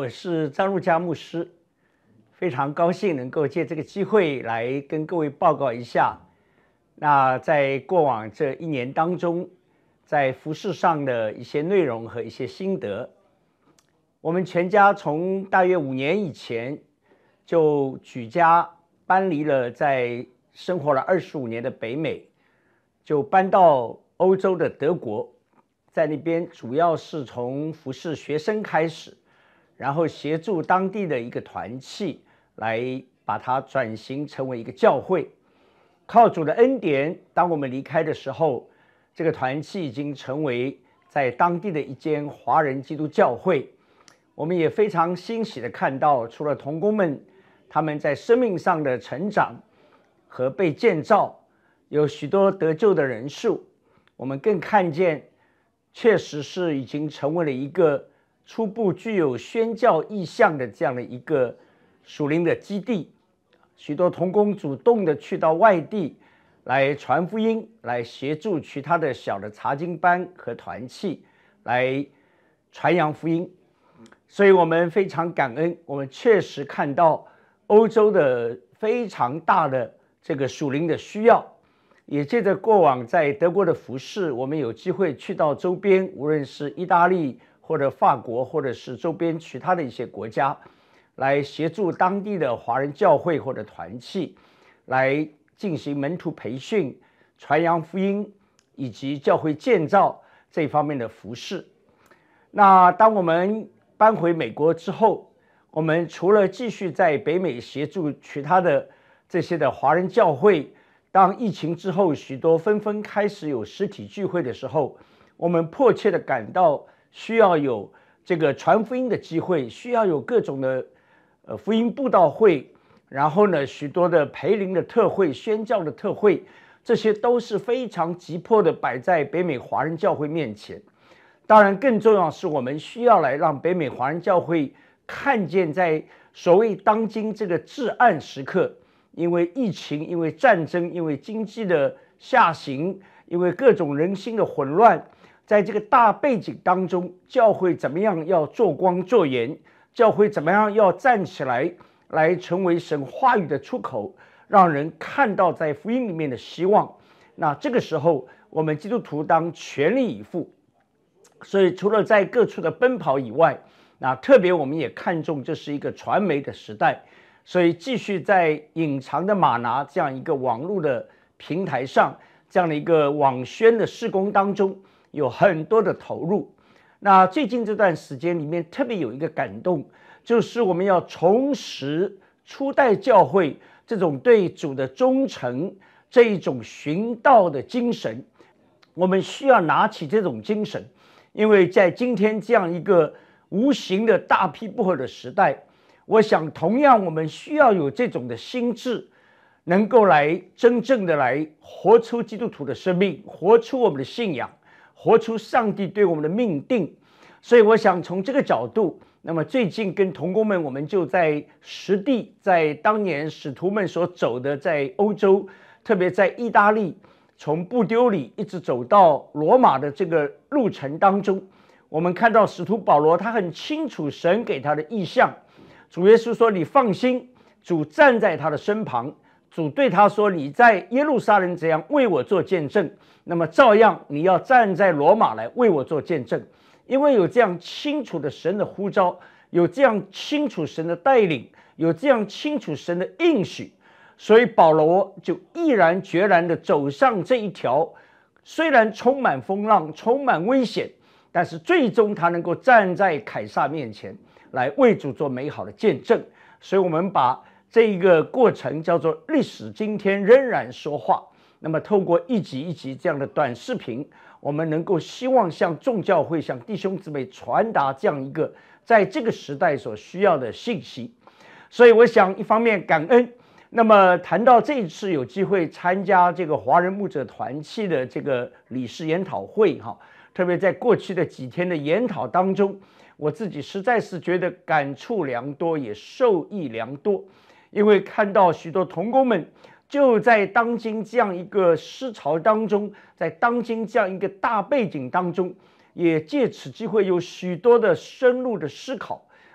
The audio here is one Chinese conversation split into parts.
我是张路嘉牧师，非常高兴能够借这个机会来跟各位报告一下，那在过往这一年当中，在服事上的一些内容和一些心得。我们全家从大约5年以前就举家搬离了在生活了25年的北美，就搬到欧洲的德国，在那边主要是从服事学生开始，然后协助当地的一个团契来把它转型成为一个教会。靠主的恩典，当我们离开的时候，这个团契已经成为在当地的一间华人基督教会。我们也非常欣喜的看到，除了同工们他们在生命上的成长和被建造，有许多得救的人数，我们更看见确实是已经成为了一个初步具有宣教意向的这样的一个属灵的基地。许多同工主动的去到外地来传福音，来协助其他的小的查经班和团契来传扬福音。所以我们非常感恩，我们确实看到欧洲的非常大的这个属灵的需要，也借着过往在德国的服事，我们有机会去到周边，无论是意大利或者法国，或者是周边其他的一些国家，来协助当地的华人教会或者团契，来进行门徒培训、传扬福音以及教会建造这方面的服事。那当我们搬回美国之后，我们除了继续在北美协助其他的这些的华人教会，当疫情之后许多纷纷开始有实体聚会的时候，我们迫切的感到需要有这个传福音的机会，需要有各种的福音布道会，然后呢许多的培灵的特会、宣教的特会，这些都是非常急迫的摆在北美华人教会面前。当然更重要的是，我们需要来让北美华人教会看见，在所谓当今这个至暗时刻，因为疫情，因为战争，因为经济的下行，因为各种人心的混乱，在这个大背景当中，教会怎么样要做光做盐，教会怎么样要站起来，来成为神话语的出口，让人看到在福音里面的希望。那这个时候，我们基督徒当全力以赴。所以除了在各处的奔跑以外，那特别我们也看重这是一个传媒的时代，所以继续在隐藏的吗哪这样一个网络的平台上，这样的一个网宣的事工当中，有很多的投入。那最近这段时间里面特别有一个感动，就是我们要重拾初代教会这种对主的忠诚，这一种寻道的精神。我们需要拿起这种精神，因为在今天这样一个无形的大批不合的时代，我想同样我们需要有这种的心智，能够来真正的来活出基督徒的生命，活出我们的信仰，活出上帝对我们的命定。所以我想从这个角度，那么最近跟同工们，我们就在实地，在当年使徒们所走的在欧洲，特别在意大利，从布丢里一直走到罗马的这个路程当中，我们看到使徒保罗他很清楚神给他的意象。主耶稣说，你放心，主站在他的身旁，主对他说，你在耶路撒冷怎样为我做见证，那么照样你要站在罗马来为我做见证。因为有这样清楚的神的呼召，有这样清楚神的带领，有这样清楚神的应许，所以保罗就毅然决然地走上这一条，虽然充满风浪，充满危险，但是最终他能够站在凯撒面前来为主做美好的见证。所以我们把这一个过程叫做历史今天仍然说话。那么透过一集一集这样的短视频，我们能够希望向众教会、向弟兄姊妹传达这样一个在这个时代所需要的信息。所以我想一方面感恩，那么谈到这一次有机会参加这个华人牧者团契的这个理事研讨会，特别在过去的几天的研讨当中，我自己实在是觉得感触良多，也受益良多。因为看到许多同工们就在当今这样一个思潮当中，在当今这样一个大背景当中，也借此机会有许多的深入的思考。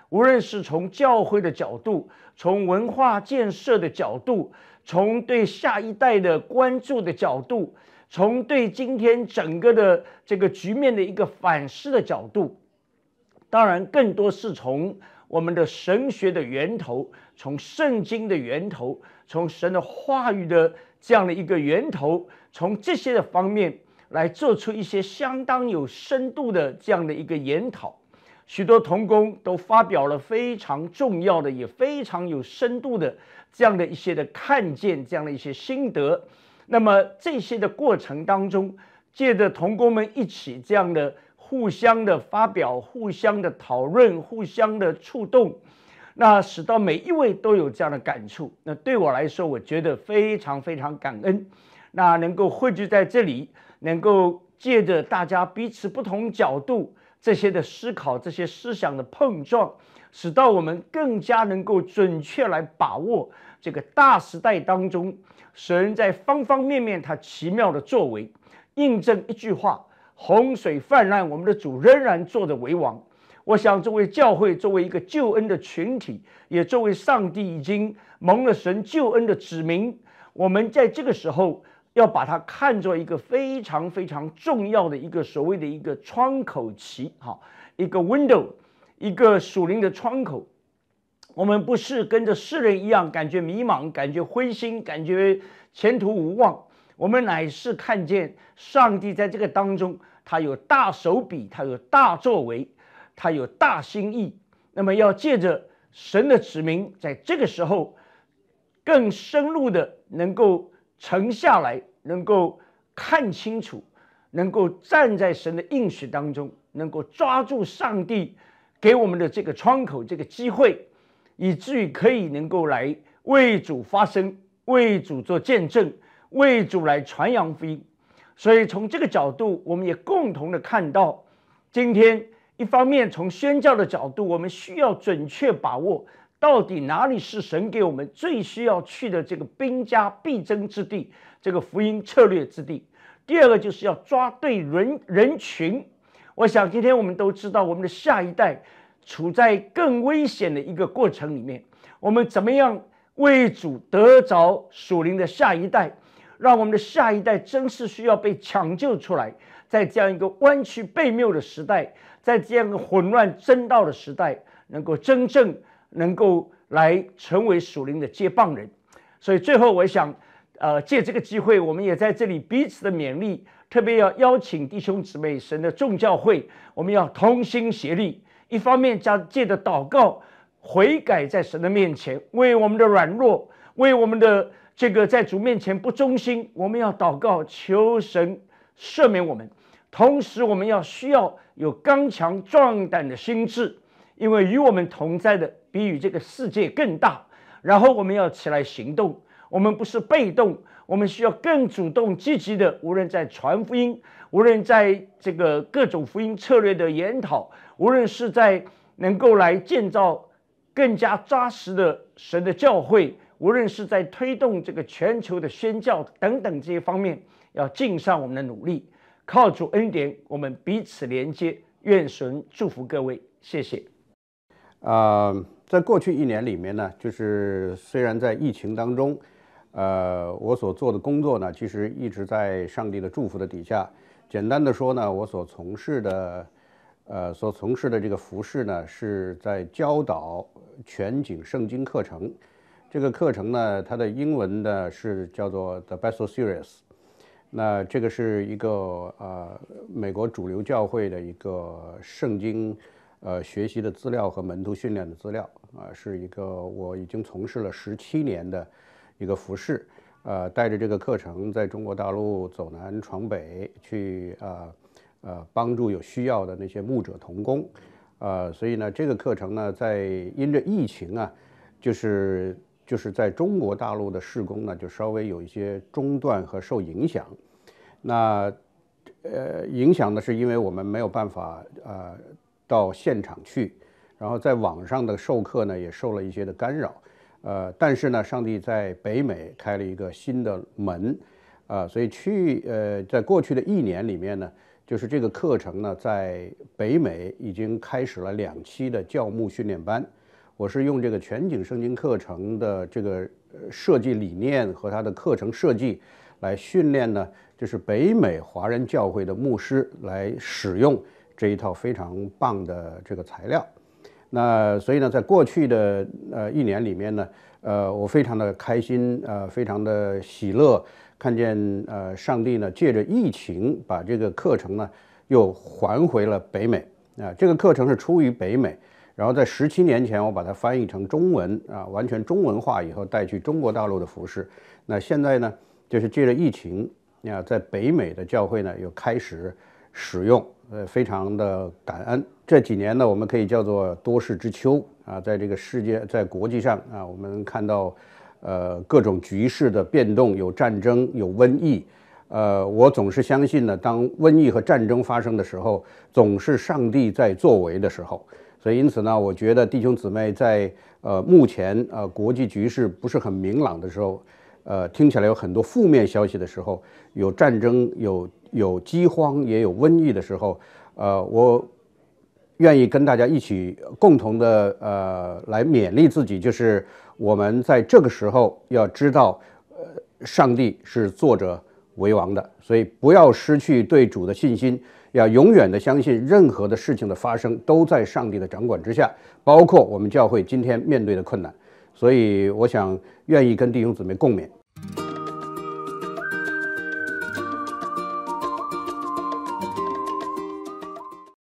无论是从教会的角度，从文化建设的角度，从对下一代的关注的角度，从对今天整个的这个局面的一个反思的角度，当然更多是从我们的神学的源头，从圣经的源头，从神的话语的这样的一个源头，从这些的方面来做出一些相当有深度的这样的一个研讨。许多同工都发表了非常重要的，也非常有深度的这样的一些的看见，这样的一些心得。那么这些的过程当中，借着同工们一起这样的互相的发表、互相的讨论、互相的触动，那使到每一位都有这样的感触。那对我来说，我觉得非常非常感恩。那能够汇聚在这里，能够借着大家彼此不同角度这些的思考，这些思想的碰撞，使到我们更加能够准确来把握这个大时代当中神在方方面面他奇妙的作为，印证一句话：洪水泛滥，我们的主仍然坐着为王。我想作为教会，作为一个救恩的群体，也作为上帝已经蒙了神救恩的子民，我们在这个时候要把它看作一个非常非常重要的一个所谓的一个窗口期，一个 window， 一个属灵的窗口。我们不是跟着世人一样感觉迷茫，感觉灰心，感觉前途无望，我们乃是看见上帝在这个当中，他有大手笔，他有大作为，他有大心意。那么要借着神的子民在这个时候更深入的能够沉下来，能够看清楚，能够站在神的应许当中，能够抓住上帝给我们的这个窗口，这个机会，以至于可以能够来为主发声，为主做见证，为主来传扬福音。所以从这个角度，我们也共同的看到，今天一方面从宣教的角度，我们需要准确把握到底哪里是神给我们最需要去的这个兵家必争之地，这个福音策略之地。第二个就是要抓对人群。我想今天我们都知道，我们的下一代处在更危险的一个过程里面，我们怎么样为主得着属灵的下一代，让我们的下一代真是需要被抢救出来，在这样一个弯曲悖谬的时代，在这样一个混乱争道的时代，能够真正能够来成为属灵的接棒人。所以最后我想借这个机会，我们也在这里彼此的勉励，特别要邀请弟兄姊妹，神的众教会，我们要同心协力，一方面借着祷告悔改在神的面前，为我们的软弱，为我们的这个在主面前不忠心，我们要祷告求神赦免我们。同时我们需要有刚强壮胆的心志，因为与我们同在的比与这个世界更大。然后我们要起来行动，我们不是被动，我们需要更主动积极的，无论在传福音，无论在这个各种福音策略的研讨，无论是在能够来建造更加扎实的神的教会，无论是在推动这个全球的宣教等等这些方面，要尽上我们的努力，靠主恩典，我们彼此连接。愿神祝福各位，谢谢。 在过去1年里面呢，就是虽然在疫情当中，我所做的工作呢，其实一直在上帝的祝福的底下。简单的说呢，我所从事的这个服事呢，是在教导全景圣经课程。这个课程呢，它的英文呢是叫做 The Bethel Series。那这个是一个美国主流教会的一个圣经学习的资料和门徒训练的资料是一个我已经从事了17年的一个服事，带着这个课程在中国大陆走南闯北去帮助有需要的那些牧者同工，所以呢这个课程呢因着疫情啊，就是在中国大陆的事工呢就稍微有一些中断和受影响。那影响呢是因为我们没有办法到现场去，然后在网上的授课呢也受了一些的干扰，但是呢上帝在北美开了一个新的门，所以在过去的1年里面呢， 就是这个课程呢，在北美已经开始了2期的教牧训练班。我是用这个全景圣经课程的这个设计理念和它的课程设计来训练呢，就是北美华人教会的牧师来使用这一套非常棒的这个材料。那所以呢，在过去的1年里面呢，我非常的开心，非常的喜乐，看见上帝呢借着疫情把这个课程呢又还回了北美啊。这个课程是出于北美，然后在17年前我把它翻译成中文啊，完全中文化以后带去中国大陆的服事。那现在呢，就是借着疫情啊，在北美的教会呢又开始使用，非常的感恩。这几年呢，我们可以叫做多事之秋啊，在这个世界，在国际上啊，我们看到各种局势的变动，有战争，有瘟疫。我总是相信呢，当瘟疫和战争发生的时候，总是上帝在作为的时候。所以因此呢，我觉得弟兄姊妹在目前国际局势不是很明朗的时候，听起来有很多负面消息的时候，有战争，有饥荒，也有瘟疫的时候，我愿意跟大家一起共同的来勉励自己，就是我们在这个时候要知道，上帝是作者为王的，所以不要失去对主的信心，要永远的相信任何的事情的发生都在上帝的掌管之下，包括我们教会今天面对的困难。所以我想愿意跟弟兄姊妹共勉。